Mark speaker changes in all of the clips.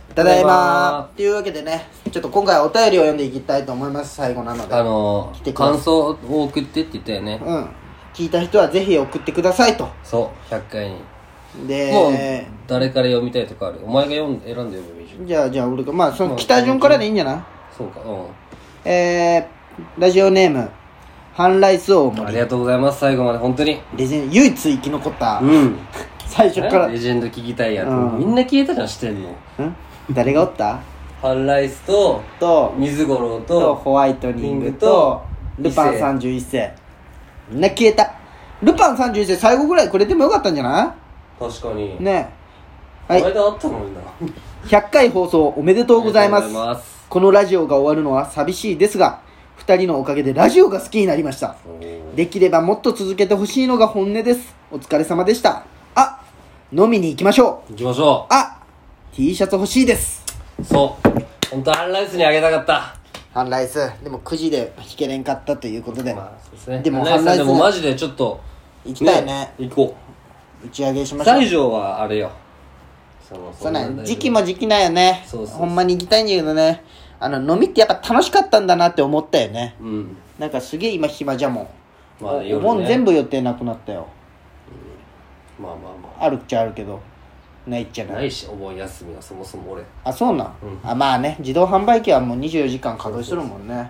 Speaker 1: ただいまー。というわけでね、ちょっと今回はお便りを読んでいきたいと思います。最後なので来てください。
Speaker 2: 感想を送ってって言ったよね。
Speaker 1: うん、聞いた人はぜひ送ってくださいと。
Speaker 2: そう100回に
Speaker 1: で
Speaker 2: もう誰から読みたいとかある？お前が選んで読めばいいじゃん。
Speaker 1: じゃあ俺がまあその来た順からでいいんじゃない？
Speaker 2: そうか。
Speaker 1: ラジオネームハンライス大森。
Speaker 2: ありがとうございます。最後まで本当に
Speaker 1: レジェンド唯一生き残った、最初から
Speaker 2: レジェンド聞きたいやつ、みんな聞いたじゃん。してんの
Speaker 1: 誰がおった？
Speaker 2: ハンライスと水五郎と
Speaker 1: ホワイトニングとルパン31世。みんな消えた。ルパン31世最後ぐらいくれてもよかったんじゃない？
Speaker 2: 確かに
Speaker 1: ねえ。はい、
Speaker 2: 間あったのにな。
Speaker 1: 100回放送おめでとうございます。
Speaker 2: ありがとうございます。
Speaker 1: このラジオが終わるのは寂しいですが、2人のおかげでラジオが好きになりました。できればもっと続けてほしいのが本音です。お疲れ様でした。あ、飲みに行きましょう。
Speaker 2: 行きましょう。
Speaker 1: あ、T シャツ欲しいです。
Speaker 2: そう本当はハンライスにあげたかった。
Speaker 1: ハンライスでも9時で引けれんかったということで、
Speaker 2: まあそうですね。
Speaker 1: でも
Speaker 2: ハンライスでもマジでちょっと
Speaker 1: 行きたいね。
Speaker 2: 行こ
Speaker 1: 打ち上げし
Speaker 2: う。
Speaker 1: ましょう。
Speaker 2: 西条はあれよ。
Speaker 1: そうね、時期も時期なんよね。
Speaker 2: そう
Speaker 1: ほんまに行きたいんだけどね、飲みってやっぱ楽しかったんだなって思ったよね。なんかすげえ今暇じゃもん。
Speaker 2: まあ夜ね、
Speaker 1: お盆全部予定なくなったよ。
Speaker 2: まあまあま
Speaker 1: あるっちゃあるけどないっちゃ
Speaker 2: あ
Speaker 1: ない。
Speaker 2: ないし、お盆休みはそもそも俺。
Speaker 1: あ、そうなん、あ、まあね、自動販売機はもう24時間稼働するもんね。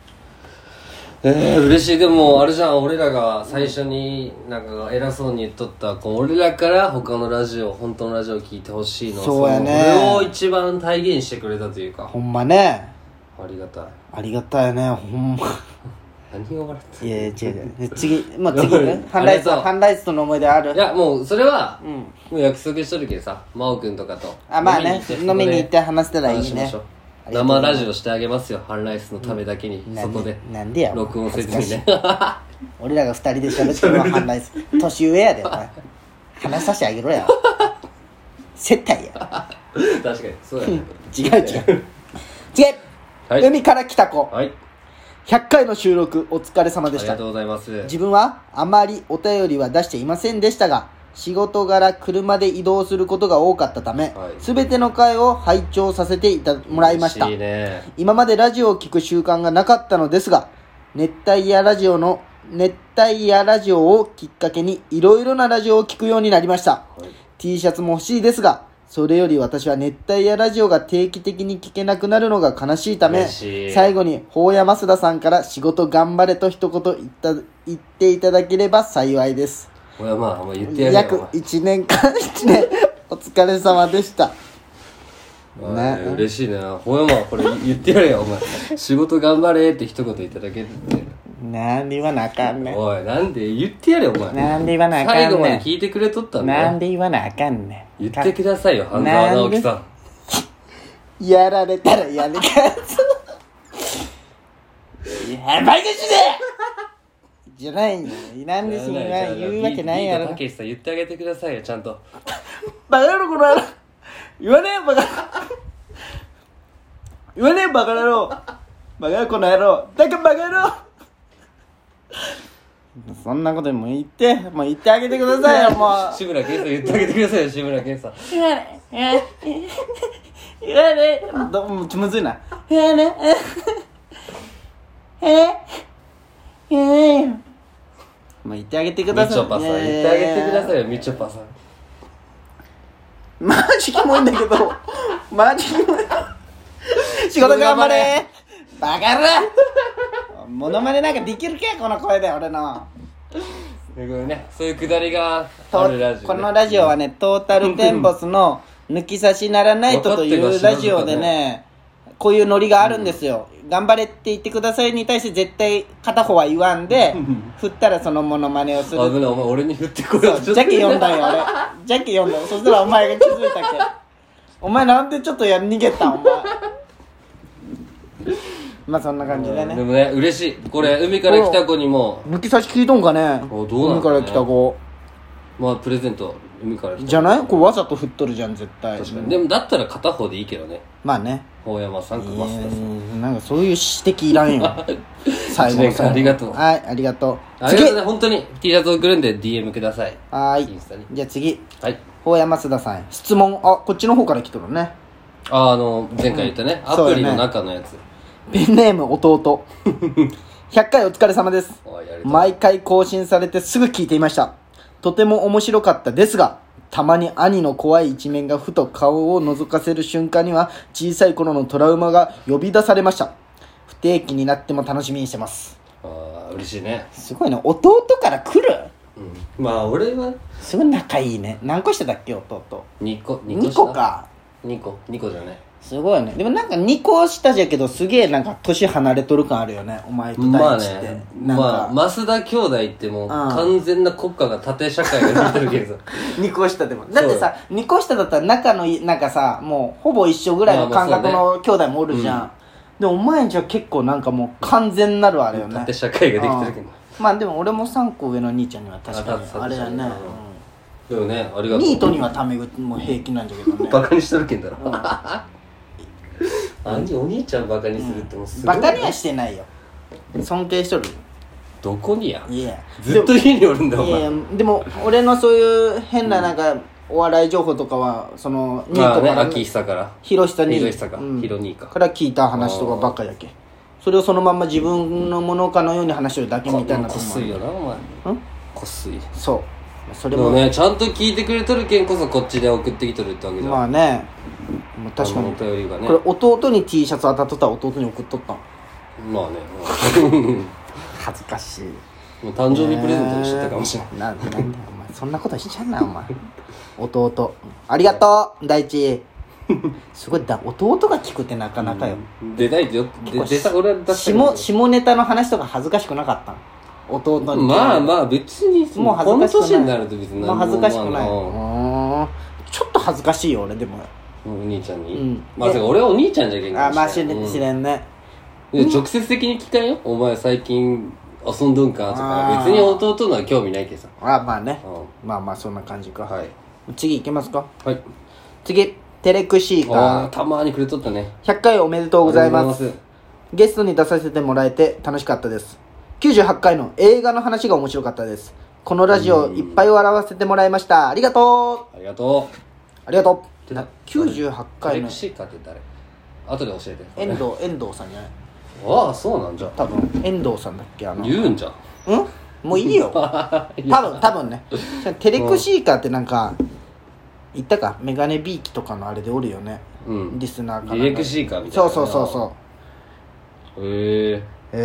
Speaker 2: 嬉しい。でもあれじゃん、俺らが最初になんか偉そうに言っとったこう俺らから他のラジオ、本当のラジオを聞いてほしいの、
Speaker 1: そうやね、
Speaker 2: それを一番体現してくれたというか、
Speaker 1: ほんまね、
Speaker 2: ありがたい。
Speaker 1: ありがたいね、ほんま。
Speaker 2: 何を笑って
Speaker 1: いやいや違う違う、次まあ次ね、ハンライスとの思い出ある？
Speaker 2: いやもうそれは、もう約束しとるけどさ、真央くんとかと
Speaker 1: あ、まあね、飲みに行って話せたらいいね。
Speaker 2: 生ラジオしてあげますよ、ハンライスのためだけに、そこで
Speaker 1: なんでや
Speaker 2: 録音せずにね。
Speaker 1: 俺らが2人で喋ってるのはハンライス年上やで、お前話させてあげろや。接待や。
Speaker 2: 確かにそうやね。
Speaker 1: 違う、はい、海から来た子、
Speaker 2: はい、
Speaker 1: 100回の収録お疲れ様でした。
Speaker 2: ありがとうございます。
Speaker 1: 自分はあまりお便りは出していませんでしたが、仕事柄車で移動することが多かったため、全ての回を拝聴させてもらいました。
Speaker 2: いいね。
Speaker 1: 今までラジオを聞く習慣がなかったのですが、熱帯夜ラジオをきっかけにいろいろなラジオを聞くようになりました。T シャツも欲しいですが、それより私は熱帯夜ラジオが定期的に聞けなくなるのが悲しいため、最後に法屋増田さんから仕事頑張れと一言言っていただければ幸いです。
Speaker 2: まあ言ってやるよ。
Speaker 1: 約1年お疲れ様でした。
Speaker 2: ね、嬉しいな。ほやまこれ言ってやれよ、お前。仕事頑張れって一言いただけて。
Speaker 1: なんで言わなあかんねん。
Speaker 2: おい、なんで言ってやれよ、お前。
Speaker 1: なんで言わなあかんねん。
Speaker 2: 最後まで聞いてくれとったんだよ。
Speaker 1: なんで言わなあかんね
Speaker 2: ん。言ってくださいよ、半沢直樹さ
Speaker 1: ん。やられたらやるかやばいかしでじゃないよ。なんでそんな言うわけないやろ。
Speaker 2: たけしさん言ってあげてくださいよ、ちゃんと。
Speaker 1: バカ野郎この野郎。言わねえバカ。言わねえバカ野郎。バカ野郎この野郎。だからバカ野郎。そんなこともう言ってあげてくださいよ、もう。
Speaker 2: 志村けんさん言ってあげてくださいよ、志村けんさん。
Speaker 1: 言わねえ。もうむずいな。言わねえ。もう言ってあげてください。
Speaker 2: みちょぱさん言ってあげてくださいよ、みちょぱさん。
Speaker 1: マジキモいんだけど。マジキモい。仕事頑張れ。バカ野郎。モノマネなんかできるかこの声で俺の。
Speaker 2: そういうくだりがあるラジオ、
Speaker 1: このラジオはね、トータルテンボスの抜き差しならないというラジオでね、こういうノリがあるんですよ。頑張れって言ってくださいに対して絶対片方は言わんで振ったらそのモノマネをする。
Speaker 2: 危ない、お前俺に振ってこよう。
Speaker 1: ジャケ読んだよ俺。ジャケ読んだよ。そしたらお前が気づいたっけ。お前なんでちょっと逃げたお前。まあそんな感じでね。
Speaker 2: でもね、嬉しい。これ海から来た子にも
Speaker 1: 抜き差し聞いとんかね。
Speaker 2: どうなんだろうね。
Speaker 1: 海から来た子、
Speaker 2: まあプレゼント海から来た
Speaker 1: じゃない？これわざと振っとるじゃん絶対。
Speaker 2: 確かに。でもだったら片方でいいけどね。
Speaker 1: まあね、
Speaker 2: 大山さんか増田さん、
Speaker 1: なんかそういう指摘いらんよ。最後の
Speaker 2: ありがとう。
Speaker 1: はい、ありがとう。
Speaker 2: ありがとうね、本当に T シャツ送るんで DM ください。
Speaker 1: はい。
Speaker 2: インスタに。
Speaker 1: じゃあ次、
Speaker 2: はい。
Speaker 1: 大山増田さん質問。あ、こっちの方から来とるね。
Speaker 2: 前回言ったね、ア
Speaker 1: そうだね
Speaker 2: プリの中のやつ。
Speaker 1: ペンネーム弟100回お疲れ様です。
Speaker 2: おいやりたい
Speaker 1: 毎回更新されてすぐ聞いていました。とても面白かったですが、たまに兄の怖い一面がふと顔を覗かせる瞬間には小さい頃のトラウマが呼び出されました。不定期になっても楽しみにしてます。
Speaker 2: 嬉しいね。
Speaker 1: すごいね、弟から来る。
Speaker 2: まあ俺は
Speaker 1: すごい仲いいね。何個下だっけ弟。
Speaker 2: 2個
Speaker 1: 2個か。
Speaker 2: 2個じゃね。
Speaker 1: すごいね。でもなんか2個下じゃけどすげえなんか年離れとる感あるよね、お前と
Speaker 2: まあ
Speaker 1: 大地って、
Speaker 2: ね、
Speaker 1: なんか、
Speaker 2: 増田兄弟ってもう完全な国家が縦社会が出てるけどさ
Speaker 1: 2個下でもだってさ2個下だったら仲のいいなんかさもうほぼ一緒ぐらいの感覚の兄弟もおるじゃん、でもお前んちは結構なんかもう完全なるあれよね、
Speaker 2: 縦社会ができてるけど、
Speaker 1: まあでも俺も3個上の兄ちゃんには確かにあれだね、
Speaker 2: でもね、ありがとう。
Speaker 1: ニートにはタメ口も平気なんだけどね
Speaker 2: バカにしとるけんだろ、お兄ちゃんバカにするってもうすごい、
Speaker 1: バカにはしてないよ、尊敬しとる。
Speaker 2: どこにや、
Speaker 1: いや
Speaker 2: ずっと家におるんだお前。
Speaker 1: いやでも俺のそういう変ななんかお笑い情報とかはそのニートから
Speaker 2: 秋久から
Speaker 1: ヒロシさんに
Speaker 2: ヒロシさんかヒロ兄か
Speaker 1: から聞いた話とかばっかりやけ、それをそのまんま自分のものかのように話してるだけみたいなとこもある。
Speaker 2: こっすいよなお前。こっすい。
Speaker 1: そうそれ
Speaker 2: でも
Speaker 1: も
Speaker 2: ねちゃんと聞いてくれとるけんこそこっちで送ってきとるってわけじゃん。
Speaker 1: まあね、まあ確かに
Speaker 2: お便りがね。
Speaker 1: これ弟に T シャツ当たっとったら弟に送っとったの。
Speaker 2: まあね
Speaker 1: 恥ずかしい。
Speaker 2: もう誕生日プレゼントにしてたかもしれない。
Speaker 1: なんでお前そんなことしちゃうなお前弟ありがとう大地すごい弟が聞くってなかなかよ、
Speaker 2: 出ないでよ出た俺は出した
Speaker 1: 下ネタの話とか恥ずかしくなかったの弟に。
Speaker 2: まあ別に
Speaker 1: もう恥ずかしくない。
Speaker 2: この年になると別に
Speaker 1: もう恥ずかしくない。
Speaker 2: まあ
Speaker 1: ちょっと恥ずかしいよ俺でも。
Speaker 2: お兄ちゃんに、
Speaker 1: うん
Speaker 2: まさか俺はお兄ちゃんじゃけんかもしれん。
Speaker 1: まあ知れんね。
Speaker 2: いや直接的に聞かんよ、お前最近遊んどんかとか。別に弟のは興味ないけどさ。
Speaker 1: まあね、
Speaker 2: う
Speaker 1: まあそんな感じか。
Speaker 2: はい
Speaker 1: 次いけますか。
Speaker 2: はい。
Speaker 1: 次テレクシーか
Speaker 2: たまにくれとったね。
Speaker 1: 100回おめでとうございます。
Speaker 2: ありがとうござい
Speaker 1: ゲストに出させてもらえて楽しかったです。98回の映画の話が面白かったです。このラジオいっぱい笑わせてもらいました。ありがとう
Speaker 2: ありがとう。
Speaker 1: ありがとう。98回の
Speaker 2: テレクシーカーって誰？後で教えて。
Speaker 1: 遠藤さんじゃない。
Speaker 2: ああそうなんじゃ。
Speaker 1: 多分遠藤さんだっけ
Speaker 2: 言うんじゃん。
Speaker 1: もういいよ多分ねテレクシーカーってなんか言ったかメガネビーキとかのあれでおるよね、リスナーかな。
Speaker 2: ディレクシーカーみたいな。
Speaker 1: そう
Speaker 2: へ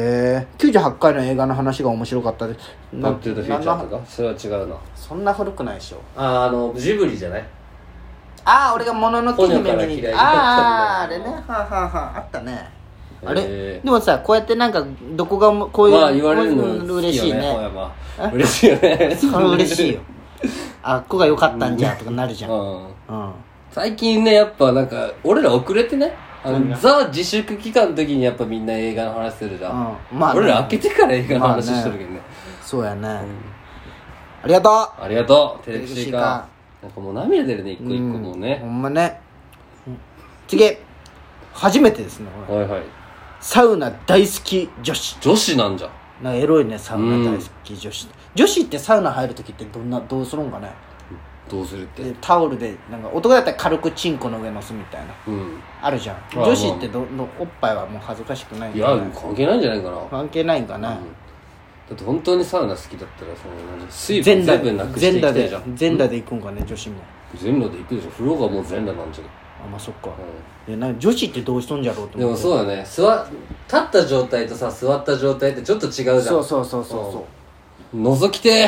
Speaker 1: 98回の映画の話が面白かったです。
Speaker 2: バックトゥーザフューチャーとかそれは違うな。
Speaker 1: そんな古くないでしょ。
Speaker 2: ジブリじゃない？
Speaker 1: 俺がもののけ姫見に
Speaker 2: ポニョから嫌いになった
Speaker 1: あれねあったね。あれ
Speaker 2: へー
Speaker 1: でもさこうやってなんかどこがこういう、
Speaker 2: まあ言われるの好きよね。
Speaker 1: 嬉しいね。
Speaker 2: 小山嬉しいよね。
Speaker 1: それ嬉しいよ。あっこが良かったんじゃとかなるじゃん。
Speaker 2: 最近ねやっぱなんか俺ら遅れてね、ザ自粛期間の時にやっぱみんな映画の話するじゃん、
Speaker 1: まあね
Speaker 2: 俺ら開けてから映画の話してるけどね、
Speaker 1: そうやね、ありがとう
Speaker 2: ありがとうテレビシー
Speaker 1: テレビシーカ
Speaker 2: カー。なんかもう涙出るね一個一個もうね、
Speaker 1: ほんまね。次初めてですねこれ
Speaker 2: はいはい。
Speaker 1: サウナ大好き女子。
Speaker 2: 女子なんじゃん。
Speaker 1: なんかエロいねサウナ大好き女子、女子ってサウナ入る時ってどうするんかね。
Speaker 2: どうするって。
Speaker 1: でタオルでなんか男だったら軽くチンコの上乗すみたいなあるじゃん。
Speaker 2: あ
Speaker 1: 女子っておっぱいはもう恥ずかしくないん
Speaker 2: いや
Speaker 1: じゃない。
Speaker 2: 関係ないんじゃないかな。
Speaker 1: 関係ないんかな、
Speaker 2: だって本当にサウナ好きだったらその水分全部なくしていきたいじゃん。
Speaker 1: 全裸で行くんかね女子も。
Speaker 2: 全裸で行くでしょ。風呂がもう全裸なんじゃん。
Speaker 1: まあそっか、なんか女子ってどうしとんじゃろうと
Speaker 2: でもそうだね。立った状態とさ座った状態ってちょっと違うじゃん。
Speaker 1: そう
Speaker 2: 覗きて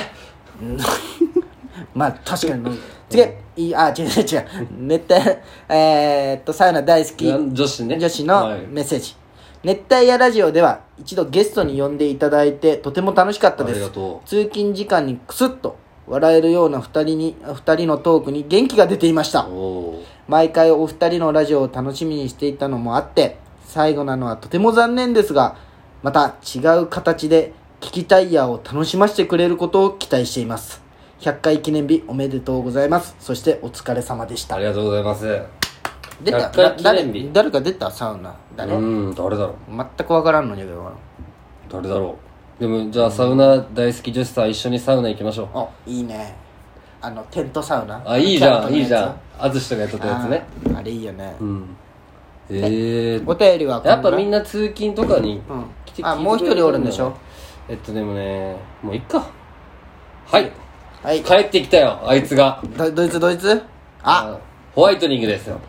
Speaker 1: まあ確かに次違う熱帯サウナ大好き
Speaker 2: 女子ね。
Speaker 1: 女子のメッセージ、熱帯夜ラジオでは一度ゲストに呼んでいただいてとても楽しかったで
Speaker 2: あり
Speaker 1: す。
Speaker 2: がとう。
Speaker 1: 通勤時間にクスッと笑えるような二人のトークに元気が出ていました。毎回お二人のラジオを楽しみにしていたのもあって最後なのはとても残念ですが、また違う形で聞きたいやを楽しませてくれることを期待しています。100回記念日おめでとうございます。そしてお疲れ様でした。
Speaker 2: ありがとうございます。
Speaker 1: 出た
Speaker 2: 100回記念日
Speaker 1: 誰か出たサウナ誰
Speaker 2: 誰だろう。
Speaker 1: 全くわからんのじゃけど
Speaker 2: 誰だろう。でもじゃあサウナ大好き女子さん一緒にサウナ行きましょう。
Speaker 1: いいね。 テントサウナ。
Speaker 2: あ、いいじゃん、
Speaker 1: キャンプのやつ
Speaker 2: いいじゃん。淳とかやっとったやつね。
Speaker 1: あれいいよね。
Speaker 2: うん。
Speaker 1: お便りは
Speaker 2: やっぱみんな通勤とかに来て
Speaker 1: もう一人おるんでしょ。
Speaker 2: でもね、もういっか。はい。
Speaker 1: はい。
Speaker 2: 帰ってきたよ、あいつが。
Speaker 1: ドイツ
Speaker 2: ホワイトニングですよ。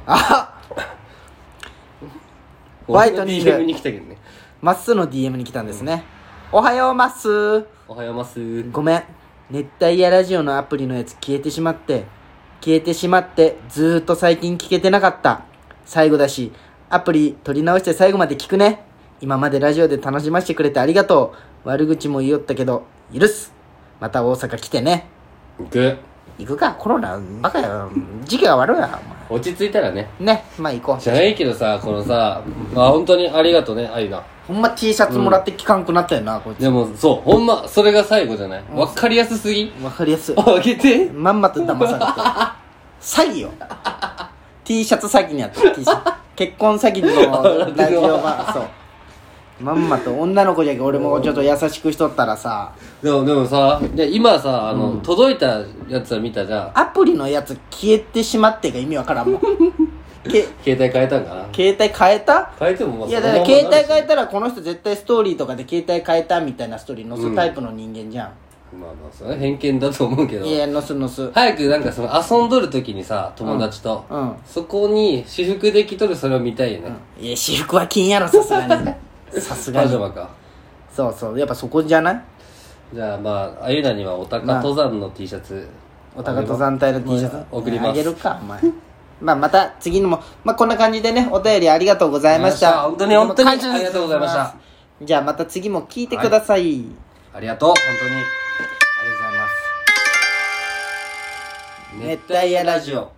Speaker 1: ホワイトニング。
Speaker 2: DM に来たけどね。
Speaker 1: まっすーの DM に来たんですね。おはようまっすー。
Speaker 2: おはようますー。
Speaker 1: ごめん。熱帯夜ラジオのアプリのやつ消えてしまって、ずーっと最近聞けてなかった。最後だし、アプリ取り直して最後まで聞くね。今までラジオで楽しませてくれてありがとう。悪口も言いよったけど、許す。また大阪来てね。行くか、コロナ、バカよ。時期が悪いわ、
Speaker 2: お前。落ち着いたらね。
Speaker 1: ね、まあ行こう。
Speaker 2: じゃないけどさ、このさ、本当にありがとうね、愛が。
Speaker 1: ほんま T シャツもらって聞かんくなったよな、こいつ。
Speaker 2: でも、そう、ほんま、それが最後じゃない。わかりやすすぎ。
Speaker 1: わかりやすい。
Speaker 2: あげて。
Speaker 1: まんまと騙されて。詐欺よ。T シャツ詐欺にあった。T シャツ。結婚詐欺のラジオ版、そう。まんまと女の子じゃけ俺もちょっと優しくしとったらさ。
Speaker 2: でもさ、今さ、届いたやつは見たじゃん。
Speaker 1: アプリのやつ消えてしまってが意味わからんもん。
Speaker 2: 携帯変えたんかな。
Speaker 1: 携帯変えた？
Speaker 2: 変えてもまあ
Speaker 1: いやだから携帯変えたらこの人絶対ストーリーとかで携帯変えたみたいなストーリー載すタイプの人間じゃん。
Speaker 2: まあそれは偏見だと思うけど。
Speaker 1: いや載す。
Speaker 2: 早くなんかその遊んどる時にさ、友達と、そこに私服で着とるそれを見たいよね。
Speaker 1: いや私服は金やろさすがに。さすがに。
Speaker 2: パジャマか。
Speaker 1: そうやっぱそこじゃない？
Speaker 2: じゃあまああゆなにはおたか登山の T シャツ、
Speaker 1: おたか登山隊の T シャツ
Speaker 2: 送ります。
Speaker 1: あげるかお前。また次のもこんな感じでね、お便りありがとうございました。
Speaker 2: 本当にありがとうございました。
Speaker 1: じゃあまた次も聞いてください。
Speaker 2: ありがとう、本当に。
Speaker 1: ありがとうございます。
Speaker 2: 熱帯夜ラジオ。